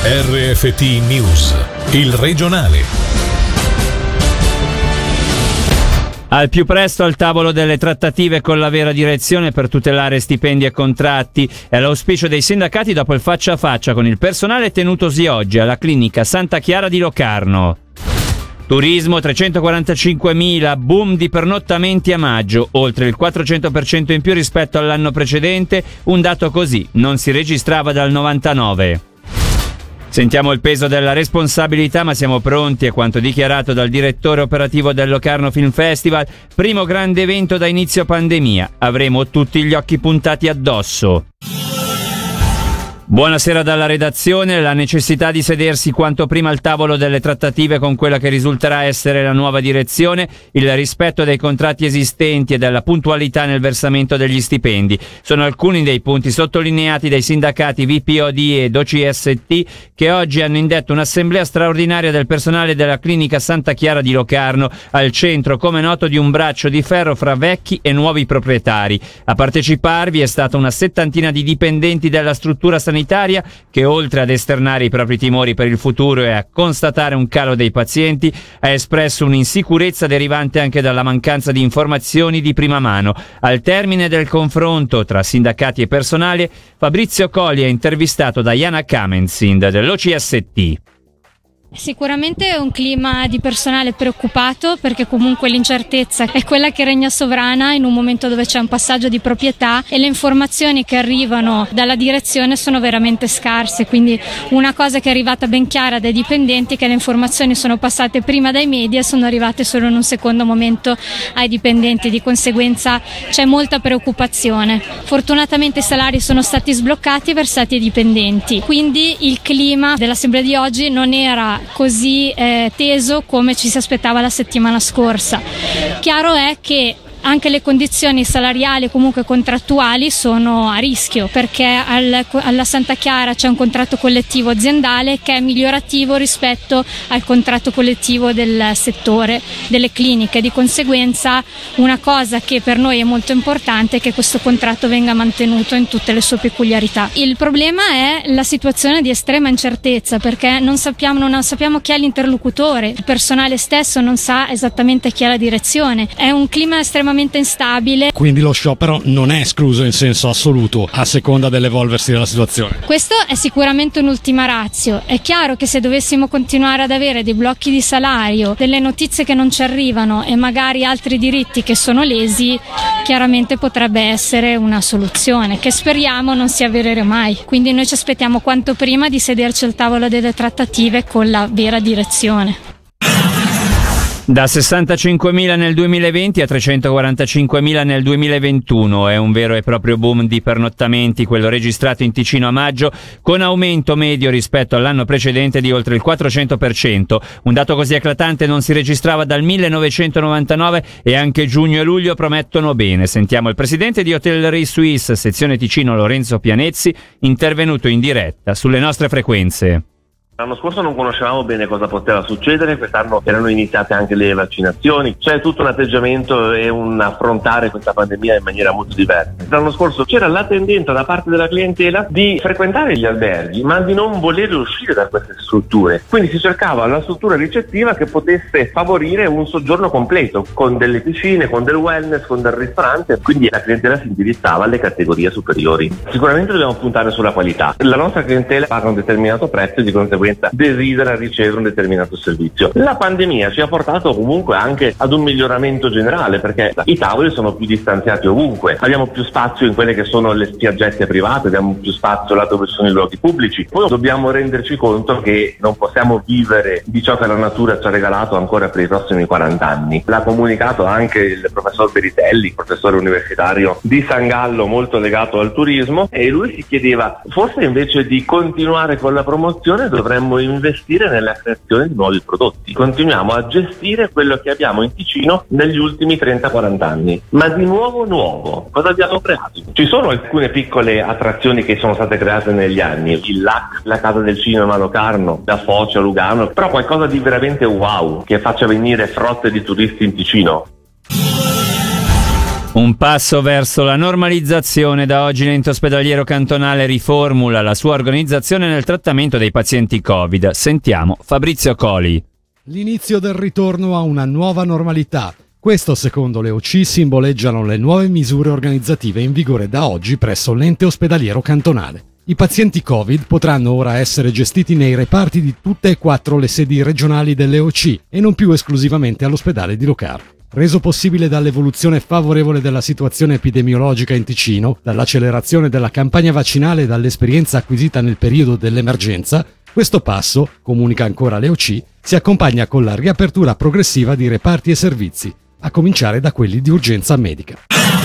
RFT News, il regionale. Al più presto al tavolo delle trattative con la Vera Direzione per tutelare stipendi e contratti è l'auspicio dei sindacati dopo il faccia a faccia con il personale tenutosi oggi alla clinica Santa Chiara di Locarno. Turismo 345.000, boom di pernottamenti a maggio, oltre il 400% in più rispetto all'anno precedente, un dato così non si registrava dal 99. Sentiamo il peso della responsabilità, ma siamo pronti, è quanto dichiarato dal direttore operativo del Locarno Film Festival, primo grande evento da inizio pandemia, avremo tutti gli occhi puntati addosso. Buonasera dalla redazione. La necessità di sedersi quanto prima al tavolo delle trattative con quella che risulterà essere la nuova direzione, il rispetto dei contratti esistenti e della puntualità nel versamento degli stipendi sono alcuni dei punti sottolineati dai sindacati VPOD ed OCST che oggi hanno indetto un'assemblea straordinaria del personale della clinica Santa Chiara di Locarno, al centro, come noto, di un braccio di ferro fra vecchi e nuovi proprietari. A parteciparvi è stata una settantina di dipendenti della struttura sanitaria che, oltre ad esternare i propri timori per il futuro e a constatare un calo dei pazienti, ha espresso un'insicurezza derivante anche dalla mancanza di informazioni di prima mano. Al termine del confronto tra sindacati e personale, Fabrizio Colli è intervistato da Jana Kamenzind dell'OCST. Sicuramente è un clima di personale preoccupato, perché comunque l'incertezza è quella che regna sovrana in un momento dove c'è un passaggio di proprietà e le informazioni che arrivano dalla direzione sono veramente scarse, quindi una cosa che è arrivata ben chiara dai dipendenti è che le informazioni sono passate prima dai media e sono arrivate solo in un secondo momento ai dipendenti, di conseguenza c'è molta preoccupazione. Fortunatamente i salari sono stati sbloccati e versati ai dipendenti, quindi il clima dell'assemblea di oggi non era così teso come ci si aspettava la settimana scorsa. Chiaro è che anche le condizioni salariali e comunque contrattuali sono a rischio, perché alla Santa Chiara c'è un contratto collettivo aziendale che è migliorativo rispetto al contratto collettivo del settore delle cliniche. Di conseguenza una cosa che per noi è molto importante è che questo contratto venga mantenuto in tutte le sue peculiarità. Il problema è la situazione di estrema incertezza, perché non sappiamo chi è l'interlocutore, il personale stesso non sa esattamente chi è la direzione, è un clima estremamente instabile. Quindi lo sciopero non è escluso in senso assoluto a seconda dell'evolversi della situazione. Questo è sicuramente un'ultima ratio. È chiaro che se dovessimo continuare ad avere dei blocchi di salario, delle notizie che non ci arrivano e magari altri diritti che sono lesi, chiaramente potrebbe essere una soluzione che speriamo non si avvererà mai. Quindi noi ci aspettiamo quanto prima di sederci al tavolo delle trattative con la Vera Direzione. Da 65.000 nel 2020 a 345.000 nel 2021 è un vero e proprio boom di pernottamenti quello registrato in Ticino a maggio, con aumento medio rispetto all'anno precedente di oltre il 400%. Un dato così eclatante non si registrava dal 1999 e anche giugno e luglio promettono bene. Sentiamo il presidente di Hotellerie Suisse, sezione Ticino, Lorenzo Pianezzi, intervenuto in diretta sulle nostre frequenze. L'anno scorso non conoscevamo bene cosa poteva succedere, quest'anno erano iniziate anche le vaccinazioni, c'è tutto un atteggiamento e un affrontare questa pandemia in maniera molto diversa. L'anno scorso c'era la tendenza da parte della clientela di frequentare gli alberghi, ma di non voler uscire da queste strutture, quindi si cercava una struttura ricettiva che potesse favorire un soggiorno completo, con delle piscine, con del wellness, con del ristorante, quindi la clientela si indirizzava alle categorie superiori. Sicuramente dobbiamo puntare sulla qualità, la nostra clientela paga un determinato prezzo e di conseguenza desidera ricevere un determinato servizio. La pandemia ci ha portato comunque anche ad un miglioramento generale, perché i tavoli sono più distanziati ovunque, abbiamo più spazio in quelle che sono le spiaggette private, abbiamo più spazio là dove sono i luoghi pubblici. Poi dobbiamo renderci conto che non possiamo vivere di ciò che la natura ci ha regalato ancora per i prossimi 40 anni. L'ha comunicato anche il professor Beritelli, professore universitario di San Gallo molto legato al turismo, e lui si chiedeva, forse invece di continuare con la promozione dovremmo investire nella creazione di nuovi prodotti. Continuiamo a gestire quello che abbiamo in Ticino negli ultimi 30-40 anni. Ma di nuovo, cosa abbiamo creato? Ci sono alcune piccole attrazioni che sono state create negli anni, il LAC, la Casa del Cinema a Locarno, la Foce a Lugano, però qualcosa di veramente wow, che faccia venire frotte di turisti in Ticino. Un passo verso la normalizzazione. Da oggi l'ente ospedaliero cantonale riformula la sua organizzazione nel trattamento dei pazienti Covid. Sentiamo Fabrizio Coli. L'inizio del ritorno a una nuova normalità. Questo, secondo le OC, simboleggiano le nuove misure organizzative in vigore da oggi presso l'ente ospedaliero cantonale. I pazienti Covid potranno ora essere gestiti nei reparti di tutte e 4 le sedi regionali delle OC e non più esclusivamente all'ospedale di Locarno. Reso possibile dall'evoluzione favorevole della situazione epidemiologica in Ticino, dall'accelerazione della campagna vaccinale e dall'esperienza acquisita nel periodo dell'emergenza, questo passo, comunica ancora l'EOC, si accompagna con la riapertura progressiva di reparti e servizi, a cominciare da quelli di urgenza medica.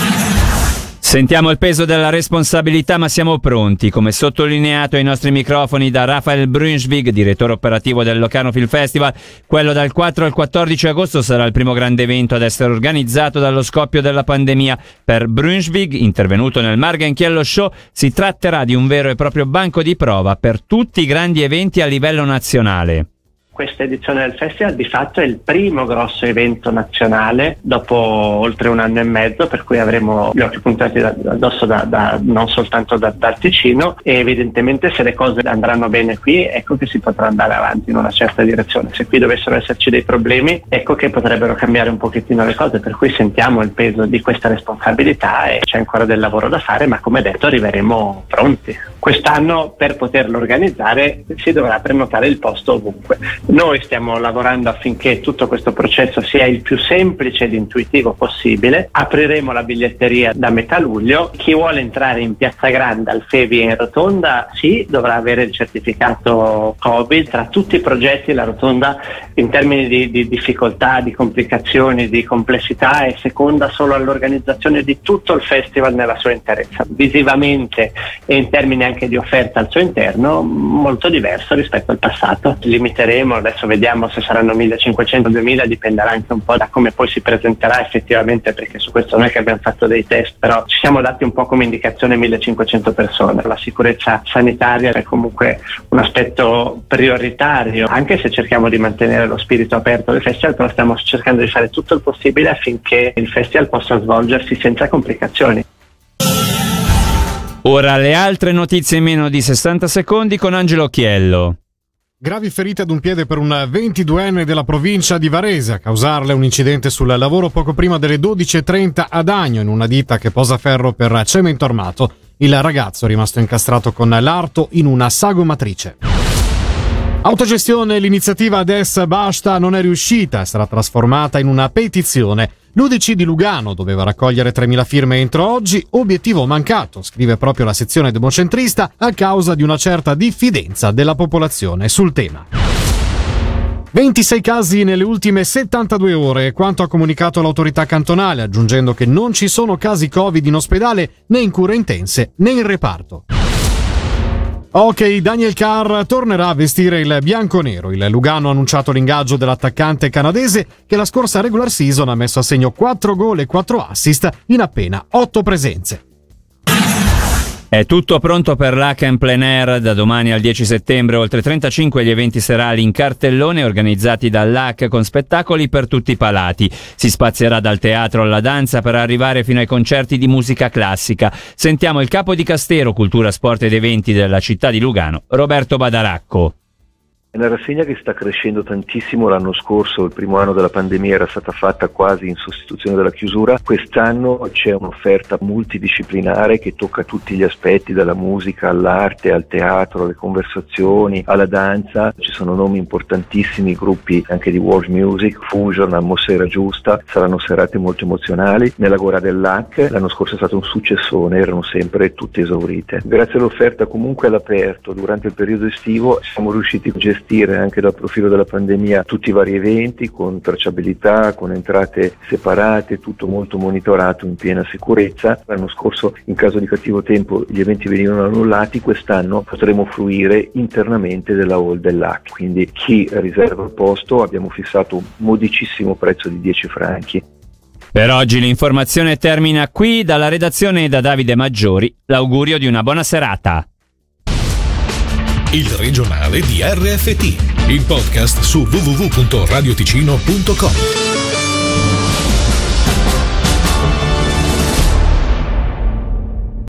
Sentiamo il peso della responsabilità, ma siamo pronti. Come sottolineato ai nostri microfoni da Raphael Brunschwig, direttore operativo del Locarno Film Festival, quello dal 4 al 14 agosto sarà il primo grande evento ad essere organizzato dallo scoppio della pandemia. Per Brunschwig, intervenuto nel Margenchiello Show, si tratterà di un vero e proprio banco di prova per tutti i grandi eventi a livello nazionale. Questa edizione del festival di fatto è il primo grosso evento nazionale dopo oltre un anno e mezzo, per cui avremo gli occhi puntati addosso non soltanto dal Ticino, e evidentemente se le cose andranno bene qui, ecco che si potrà andare avanti in una certa direzione. Se qui dovessero esserci dei problemi, ecco che potrebbero cambiare un pochettino le cose, per cui sentiamo il peso di questa responsabilità e c'è ancora del lavoro da fare, ma come detto arriveremo pronti. Quest'anno per poterlo organizzare si dovrà prenotare il posto ovunque. Noi stiamo lavorando affinché tutto questo processo sia il più semplice ed intuitivo possibile. Apriremo la biglietteria da metà luglio. Chi vuole entrare in Piazza Grande, al Fevi e in Rotonda, sì, dovrà avere il certificato Covid. Tra tutti i progetti la Rotonda in termini di difficoltà, di complicazioni, di complessità è seconda solo all'organizzazione di tutto il festival nella sua interezza. Visivamente e in termini anche di offerta al suo interno molto diverso rispetto al passato. Limiteremo, adesso vediamo se saranno 1500-2000, dipenderà anche un po' da come poi si presenterà effettivamente, perché su questo noi che abbiamo fatto dei test, però ci siamo dati un po' come indicazione 1500 persone. La sicurezza sanitaria è comunque un aspetto prioritario, anche se cerchiamo di mantenere lo spirito aperto del festival, però stiamo cercando di fare tutto il possibile affinché il festival possa svolgersi senza complicazioni. Ora le altre notizie in meno di 60 secondi con Angelo Chiello. Gravi ferite ad un piede per un 22enne della provincia di Varese. A causarle un incidente sul lavoro poco prima delle 12:30 ad Agno, in una ditta che posa ferro per cemento armato. Il ragazzo è rimasto incastrato con l'arto in una sagomatrice. Autogestione, l'iniziativa Adesso Basta non è riuscita, è stata trasformata in una petizione. L'UDC di Lugano doveva raccogliere 3.000 firme entro oggi, obiettivo mancato, scrive proprio la sezione democentrista, a causa di una certa diffidenza della popolazione sul tema. 26 casi nelle ultime 72 ore, è quanto ha comunicato l'autorità cantonale, aggiungendo che non ci sono casi Covid in ospedale, né in cure intense, né in reparto. Ok, Daniel Carr tornerà a vestire il bianco-nero. Il Lugano ha annunciato l'ingaggio dell'attaccante canadese che la scorsa regular season ha messo a segno 4 gol e 4 assist in appena 8 presenze. È tutto pronto per l'Hack and Plein Air. Da domani al 10 settembre, oltre 35 gli eventi serali in cartellone organizzati dall'Hack con spettacoli per tutti i palati. Si spazierà dal teatro alla danza per arrivare fino ai concerti di musica classica. Sentiamo il capo di Castero Cultura, Sport ed Eventi della città di Lugano, Roberto Badaracco. È una rassegna che sta crescendo tantissimo. L'anno scorso, il primo anno della pandemia, era stata fatta quasi in sostituzione della chiusura. Quest'anno c'è un'offerta multidisciplinare che tocca tutti gli aspetti, dalla musica all'arte, al teatro, alle conversazioni, alla danza. Ci sono nomi importantissimi, gruppi anche di world music, fusion, atmosfera giusta. Saranno serate molto emozionali. Nella Gora dell'Hack l'anno scorso è stato un successone, erano sempre tutte esaurite. Grazie all'offerta comunque all'aperto durante il periodo estivo siamo riusciti a gestire anche dal profilo della pandemia tutti i vari eventi con tracciabilità, con entrate separate, tutto molto monitorato in piena sicurezza. L'anno scorso in caso di cattivo tempo gli eventi venivano annullati, quest'anno potremo fruire internamente della hall dell'Hack, quindi chi riserva il posto abbiamo fissato un modicissimo prezzo di 10 franchi. Per oggi l'informazione termina qui. Dalla redazione da Davide Maggiori l'augurio di una buona serata. Il regionale di RFT, il podcast su www.radioticino.com.